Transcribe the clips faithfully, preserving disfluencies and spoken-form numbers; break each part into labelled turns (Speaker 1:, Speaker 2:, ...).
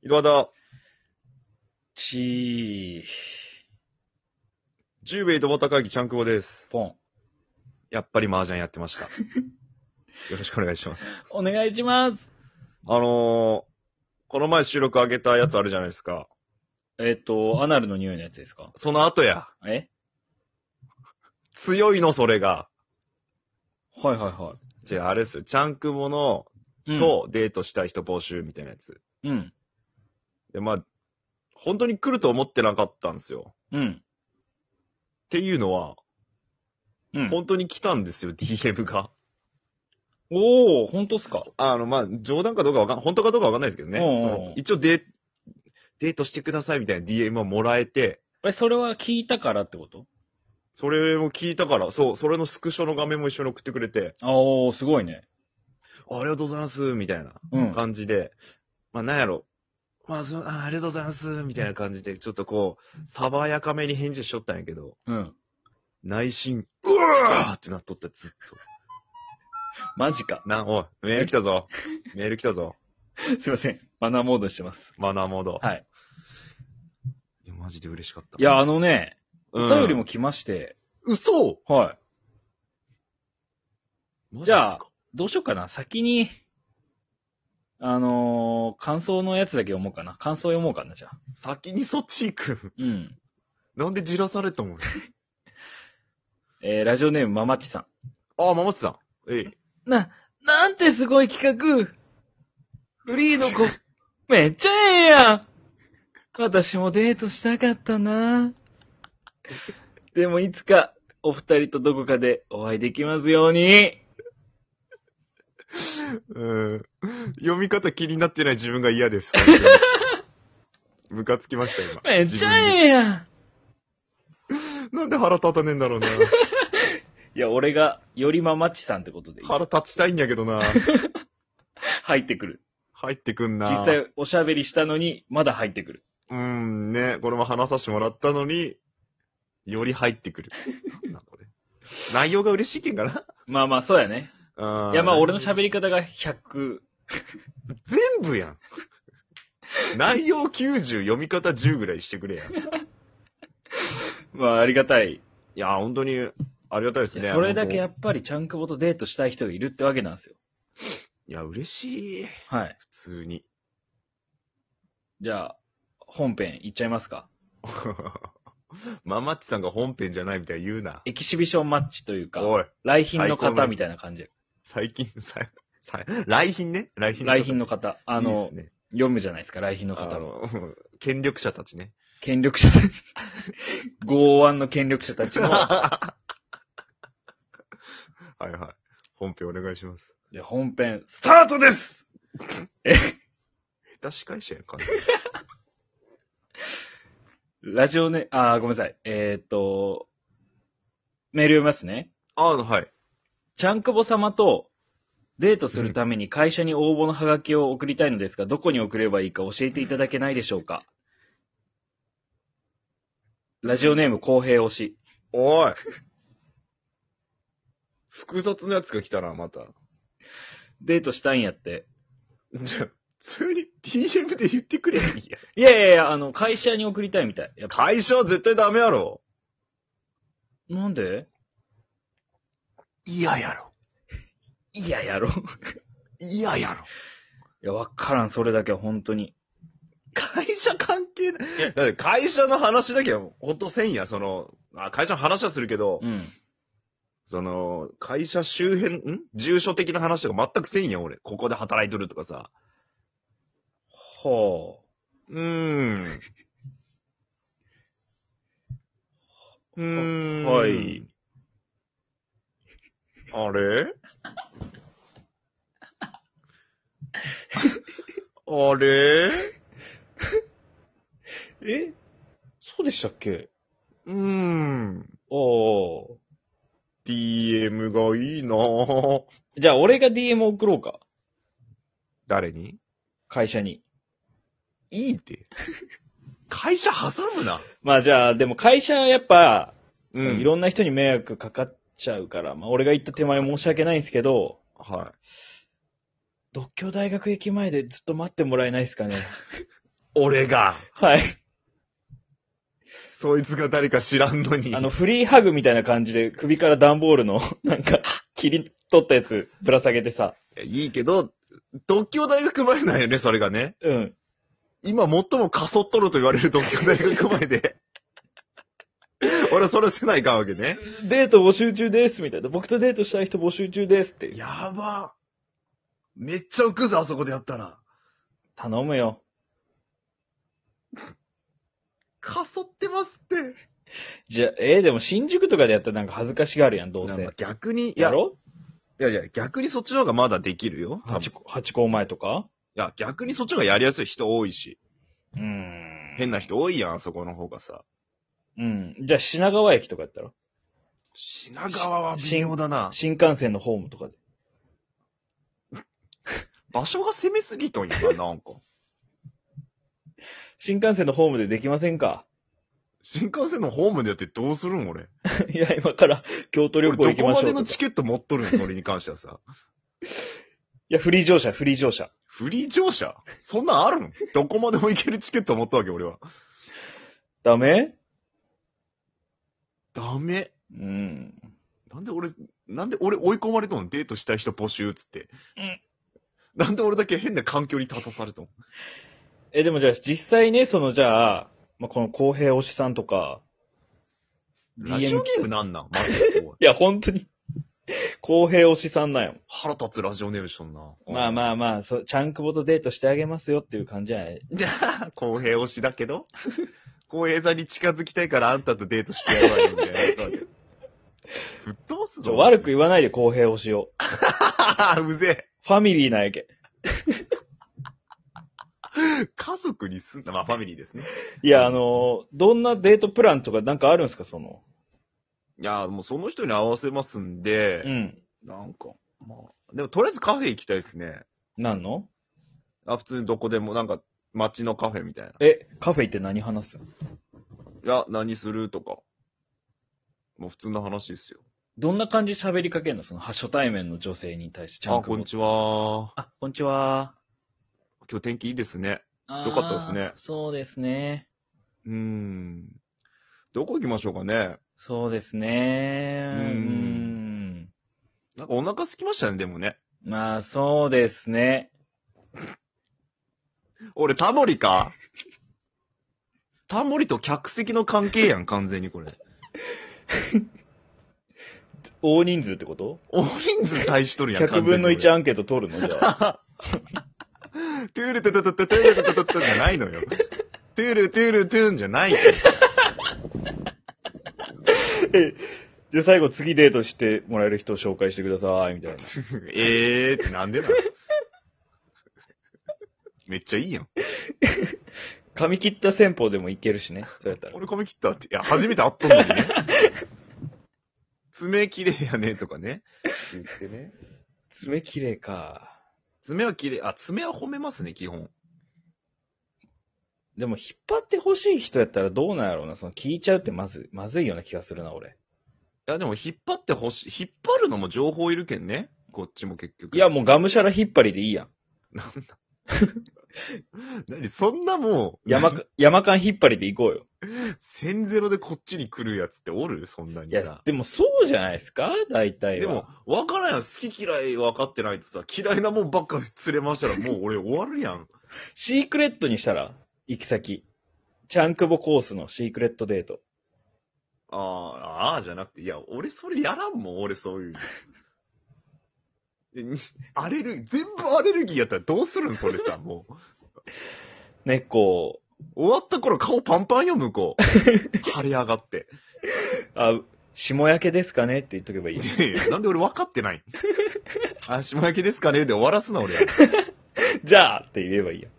Speaker 1: 岩田、
Speaker 2: ちー、
Speaker 1: 十兵衛とも高木ちゃんくぼです。
Speaker 2: ポン。
Speaker 1: やっぱり麻雀やってました。よろしくお願いします。
Speaker 2: お願いします。
Speaker 1: あのー、この前収録上げたやつあるじゃないですか。
Speaker 2: えっ、と、アナルの匂いのやつですか？
Speaker 1: その後や。
Speaker 2: え
Speaker 1: 強いの、それが。
Speaker 2: はいはいは
Speaker 1: じゃあ、あれですよ。ちゃんくぼの、
Speaker 2: い。うん、
Speaker 1: とデートしたい人募集みたいなやつ。
Speaker 2: うん、
Speaker 1: で、まあ、本当に来ると思ってなかったんですよ。
Speaker 2: うん、
Speaker 1: っていうのは、
Speaker 2: うん。
Speaker 1: 本当に来たんですよ、ディーエム が。
Speaker 2: おー、ほんとっすか？
Speaker 1: あの、まあ、冗談かどうかわかん、本当かどうかわかんないですけどね。
Speaker 2: おうおう
Speaker 1: その一応デー、デートしてくださいみたいな ディーエム をもらえて、
Speaker 2: え、それは聞いたからってこと？
Speaker 1: それも聞いたから、そう、それのスクショの画面も一緒に送ってくれて、
Speaker 2: あおー、すごいね。
Speaker 1: ありがとうございます、みたいな
Speaker 2: うん。
Speaker 1: 感じで、まあ、なんやろ。まあ、そあ、ありがとうございます、みたいな感じで、ちょっとこう、爽やかめに返事しとったんやけど、
Speaker 2: うん。
Speaker 1: 内心、うわーってなっとった、ずっと。
Speaker 2: マジか。
Speaker 1: な、おい、メール来たぞ。メール来たぞ。
Speaker 2: すいません。マナーモードしてます。
Speaker 1: マナーモード。
Speaker 2: はい。
Speaker 1: いや、マジで嬉しかった。
Speaker 2: いや、あのね、
Speaker 1: うん、
Speaker 2: お便りも来まして、
Speaker 1: 嘘
Speaker 2: はい。
Speaker 1: マジっすか？
Speaker 2: じゃあ、どうしようかな。先に、あのー、感想のやつだけ読もうかな。感想読もうかな、じゃあ。
Speaker 1: 先にそっち行く。
Speaker 2: うん。
Speaker 1: なんでじらされたもん。
Speaker 2: えー、ラジオネームママチさん。
Speaker 1: あ、まもつさん。えい。
Speaker 2: な、なんてすごい企画。フリーの子、めっちゃええやん。私もデートしたかったな。でもいつか、お二人とどこかでお会いできますように。
Speaker 1: うん。読み方気になってない自分が嫌です。ムカつきました、今。
Speaker 2: めっちゃええやん。
Speaker 1: 自分になんで腹立たねえんだろうな。
Speaker 2: いや、俺が、よりママチさんってことでいい。
Speaker 1: 腹立ちたいんやけどな。
Speaker 2: 入ってくる。
Speaker 1: 入ってくんな。
Speaker 2: 実際おしゃべりしたのに、まだ入ってくる。
Speaker 1: うーん、ね。これも話させてもらったのに、より入ってくる。なんだこれ。内容が嬉しいけんかな。
Speaker 2: まあまあ、そうやね。
Speaker 1: あ
Speaker 2: いや、まあ俺の
Speaker 1: 喋
Speaker 2: 喋り方がひゃく。
Speaker 1: 全部やん。内容きゅうじゅう、読み方じゅうぐらいしてくれや。
Speaker 2: まあありがたい。
Speaker 1: いや、本当に、ありがたいですね。
Speaker 2: それだけや
Speaker 1: 本
Speaker 2: っぱりちゃんくぼとデートしたい人がいるってわけなんですよ。
Speaker 1: 当いや、嬉しい。
Speaker 2: はい。
Speaker 1: 普通に。
Speaker 2: じゃあ、本編いっちゃいますか。
Speaker 1: ママッチさんが本編じゃないみたいに言うな。
Speaker 2: エキシビションマッチというか、
Speaker 1: おい、
Speaker 2: 来賓の
Speaker 1: 最高の
Speaker 2: 方みたいな感じ。
Speaker 1: 最近、さ、さ、来賓ね来賓の方
Speaker 2: 来賓の方。あの、
Speaker 1: いいですね、
Speaker 2: 読むじゃないですか、来賓の
Speaker 1: あ
Speaker 2: 方も。
Speaker 1: の、権力者たちね。
Speaker 2: 権力者たち。剛腕の権力者たちも。
Speaker 1: はいはい。本編お願いします。
Speaker 2: で、本編、スタートです。
Speaker 1: 下手司会者やん、完全に。
Speaker 2: ラジオね、あー、ごめんなさい。えー、っと、メール読みますね。
Speaker 1: あの、はい。
Speaker 2: ちゃんくぼ様とデートするために会社に応募のハガキを送りたいのですが、どこに送ればいいか教えていただけないでしょうか。ラジオネーム公平推し。
Speaker 1: おい。複雑なやつが来たな、また。
Speaker 2: デートしたいんやって。
Speaker 1: じゃあ、普通に ディーエム で言ってくればいいや。
Speaker 2: いやいやいや、あの、会社に送りたいみたい。やっぱ
Speaker 1: 会社は絶対ダメやろ。
Speaker 2: なんで？
Speaker 1: 嫌やろ。
Speaker 2: いや、やろ。
Speaker 1: 嫌やろ。
Speaker 2: いや、わからん、それだけは本当に。
Speaker 1: 会社関係ない。だって会社の話だけはほんとせんや。その、あ会社の話はするけど、
Speaker 2: うん。
Speaker 1: その、会社周辺、ん住所的な話とか全くせんや、俺。ここで働いとるとかさ。
Speaker 2: は
Speaker 1: うーん。うーん。
Speaker 2: はい。
Speaker 1: あれあれ
Speaker 2: えそうでしたっけ？
Speaker 1: うーん。
Speaker 2: おー。
Speaker 1: ディーエム がいいなぁ。
Speaker 2: じゃあ、俺が ディーエム 送ろうか。
Speaker 1: 誰に
Speaker 2: 会社に。
Speaker 1: いいって。会社挟むな。
Speaker 2: まあじゃあ、でも会社やっぱ、
Speaker 1: う
Speaker 2: いろんな人に迷惑かかっちゃうから、まあ俺が言った手前申し訳ないんですけど、
Speaker 1: は
Speaker 2: 独協大学駅前でずっと待ってもらえないですかね。
Speaker 1: 俺が。
Speaker 2: はい。
Speaker 1: そいつが誰か知らんのに。
Speaker 2: あの、フリーハグみたいな感じで首から段ボールの、なんか、切り取ったやつぶら下げてさ。
Speaker 1: いやいいけど、独協大学前なんよね、それがね。
Speaker 2: うん。
Speaker 1: 今最もかそっとると言われる独協大学前で。俺はそれをせないかんわけね。
Speaker 2: デート募集中ですみたいな。僕とデートしたい人募集中ですって。
Speaker 1: やば。めっちゃ浮くぞ、あそこでやったら。
Speaker 2: 頼むよ。
Speaker 1: かそってますって。
Speaker 2: じゃ、えー、でも新宿とかでやったらなんか恥ずかしがるやん、どう
Speaker 1: まあ
Speaker 2: せ。
Speaker 1: 逆に、いや、い
Speaker 2: やろ
Speaker 1: やいや、逆にそっちの方がまだできるよ。多分
Speaker 2: 八個、八校前とか
Speaker 1: いや、逆にそっちの方がやりやすい人多いし。
Speaker 2: うーん。
Speaker 1: 変な人多いやん、あそこの方がさ。
Speaker 2: うん。じゃあ品川駅とかやったら
Speaker 1: 品川は微妙だな。
Speaker 2: 新幹線のホームとかで。
Speaker 1: 場所が攻めすぎとんやな、なんか。
Speaker 2: 新幹線のホームでできませんか
Speaker 1: 新幹線のホームでやってどうするん俺。
Speaker 2: いや、今から京都旅行行
Speaker 1: 俺どこまで
Speaker 2: きましょうとか。
Speaker 1: のチケット持っとるんそれに関してはさ。
Speaker 2: いや、フリー乗車、フリー乗車。
Speaker 1: フリー乗車そんなんあるのどこまでも行けるチケット持ったわけ、俺は。
Speaker 2: ダメ
Speaker 1: ダメ。
Speaker 2: うん。
Speaker 1: なんで俺、なんで俺追い込まれたのデートしたい人募集っつって。
Speaker 2: うん
Speaker 1: なんで俺だけ変な環境に立たされたの
Speaker 2: え、でもじゃあ実際ね、そのじゃあ、まあ、この公平推しさんとか、
Speaker 1: ラジオネームなんなんマジでこう
Speaker 2: いや、本当に、公平推しさんなんよ。
Speaker 1: 腹立つラジオネームしとんな。
Speaker 2: まあまあまあ、そチャンクボとデートしてあげますよっていう感じじゃない
Speaker 1: あ。公平推しだけど公平さんに近づきたいからあんたとデートしてやるわよ、みたいな。吹っ飛ばすぞ。
Speaker 2: ちょ悪く言わないで公平推しを。
Speaker 1: うぜ
Speaker 2: ファミリーなんやけ。
Speaker 1: え。家族にすんだ。まあファミリーですね。
Speaker 2: いや、あのーどんなデートプランとかなんかあるんですか、その。
Speaker 1: いや、もうその人に合わせますんで、
Speaker 2: うん。
Speaker 1: なんか、まあ、でもとりあえずカフェ行きたいですね。
Speaker 2: なんの
Speaker 1: あ、普通にどこでも、なんか、街のカフェみたいな。
Speaker 2: え、カフェ行って何話すの
Speaker 1: いや、何するとか。もう普通の話ですよ。
Speaker 2: どんな感じで喋りかけるのその初対面の女性に対して。
Speaker 1: あ、こんにちは。
Speaker 2: は。あ、こんにちは。
Speaker 1: 今日天気いいですね。
Speaker 2: あー
Speaker 1: よかったですね。
Speaker 2: そうですね。
Speaker 1: うーん。どこ行きましょうかね。
Speaker 2: そうですね。
Speaker 1: うーん
Speaker 2: うーん。
Speaker 1: なんかお腹空きましたね、でもね。
Speaker 2: まあ、そうですね。
Speaker 1: 俺、タモリかタモリと客席の関係やん、完全にこれ。
Speaker 2: 大人数ってこと
Speaker 1: 大人数対しとるやん、
Speaker 2: ?ひゃくぶんのいち
Speaker 1: 完
Speaker 2: アンケート取るのじゃあ。
Speaker 1: 全にトゥールトゥトゥトゥトゥトゥルトゥトゥトゥトゥじゃないのよ。トゥールトゥールトゥーンじゃないって。
Speaker 2: え、じゃあ最後次デートしてもらえる人を紹介してください、みたいな。
Speaker 1: えーってなんでなのめっちゃいいやん。
Speaker 2: 髪切った戦法でもいけるしね。そうやったら。
Speaker 1: 俺髪切ったって。いや、初めて会っとんのにね。爪綺麗やねとかね。言ってね。
Speaker 2: 爪綺麗か。
Speaker 1: 爪は綺麗。あ、爪は褒めますね、基本。
Speaker 2: でも引っ張ってほしい人やったらどうなんやろうな。その聞いちゃうってまず、まずいような気がするな、俺。
Speaker 1: いや、でも引っ張ってほしい。引っ張るのも情報いるけんね。こっちも結局。
Speaker 2: いや、もうがむしゃら引っ張りでいいやん。
Speaker 1: なんだ。何そんなもう、
Speaker 2: 山か、山間引っ張りで行こうよ。
Speaker 1: 線ゼロでこっちに来るやつっておるそんなに
Speaker 2: いや
Speaker 1: さ、。
Speaker 2: でもそうじゃないですか大体は。
Speaker 1: でも、わからんやん。好き嫌い分かってないとさ、嫌いなもんばっか連れましたらもう俺終わるやん。
Speaker 2: シークレットにしたら行き先。チャンクボコースのシークレットデート。
Speaker 1: ああ、ああじゃなくて、いや、俺それやらんもん、俺そういうの。でにアレルギー、全部アレルギーやったらどうするんそれさ、もう。
Speaker 2: 猫、
Speaker 1: 終わった頃顔パンパンよ、向こう。腫れ上がって。
Speaker 2: あ、霜焼けですかねって言っとけばいい。
Speaker 1: いやいやなんで俺分かってないあ、下焼けですかねで終わらすな、俺は。
Speaker 2: じゃあって言えばいいや。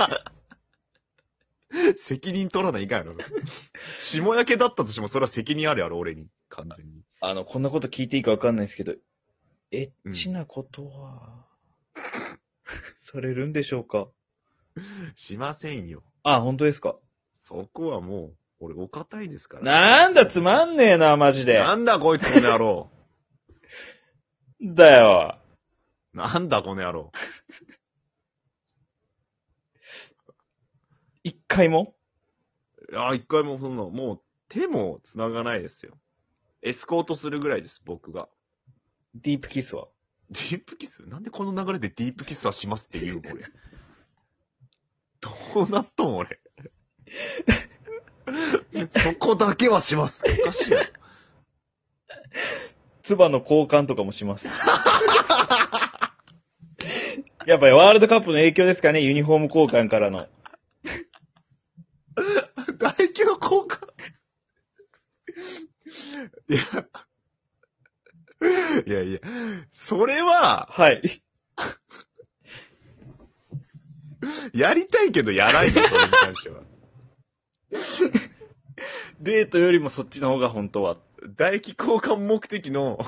Speaker 1: 責任取らないかんやろ。下焼けだったとしても、それは責任あるやろ、俺に。完全に。
Speaker 2: あの、こんなこと聞いていいかわかんないですけど、エッチなことは、されるんでしょうか
Speaker 1: しませんよ。
Speaker 2: あ、本当ですか
Speaker 1: そこはもう、俺お堅いですから。
Speaker 2: なんだつまんねえな、マジで。
Speaker 1: なんだこいつこの野郎。
Speaker 2: だよ。
Speaker 1: なんだこの野郎。
Speaker 2: 一回も
Speaker 1: あ、一回もそんな、もう手も繋がないですよ。エスコートするぐらいです、僕が。
Speaker 2: ディープキスは
Speaker 1: ディープキスなんでこの流れでディープキスはしますって言うの俺。どうなっとん俺。そこだけはします。おかしいな。
Speaker 2: 唾の交換とかもします。やっぱりワールドカップの影響ですかね、ユニフォーム交換からの。
Speaker 1: 唾液の交換いや、いやいや、それは、
Speaker 2: はい。
Speaker 1: やりたいけどやらないの、それに関しては。
Speaker 2: デートよりもそっちの方が本当は。
Speaker 1: 唾液交換目的の、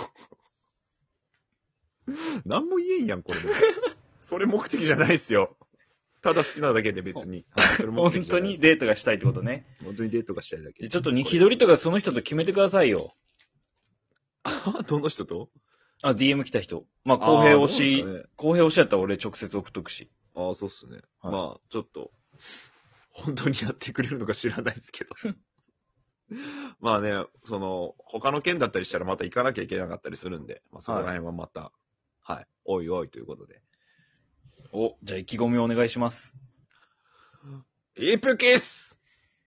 Speaker 1: なんも言えんやん、これも。それ目的じゃないっすよ。ただ好きなだけで別に。はい、それ目
Speaker 2: 本
Speaker 1: 的じゃないです
Speaker 2: 当にデートがしたいってことね。
Speaker 1: 本当にデートがしたいだけ。
Speaker 2: ちょっとに、日取りとかその人と決めてくださいよ。
Speaker 1: あ、どの人と
Speaker 2: あ、ディーエム 来た人。まあ、公平推
Speaker 1: あー
Speaker 2: し、
Speaker 1: どうですかね
Speaker 2: 公平推しやったら俺直接送っとくし。
Speaker 1: ああ、そうっすね。
Speaker 2: はい
Speaker 1: まあ、ちょっと、本当にやってくれるのか知らないですけど。まあね、その、他の県だったりしたらまた行かなきゃいけなかったりするんで、まあそこら辺はまた、はい、はい、おいおいということで。
Speaker 2: お、じゃあ意気込みをお願いします。
Speaker 1: ディープキス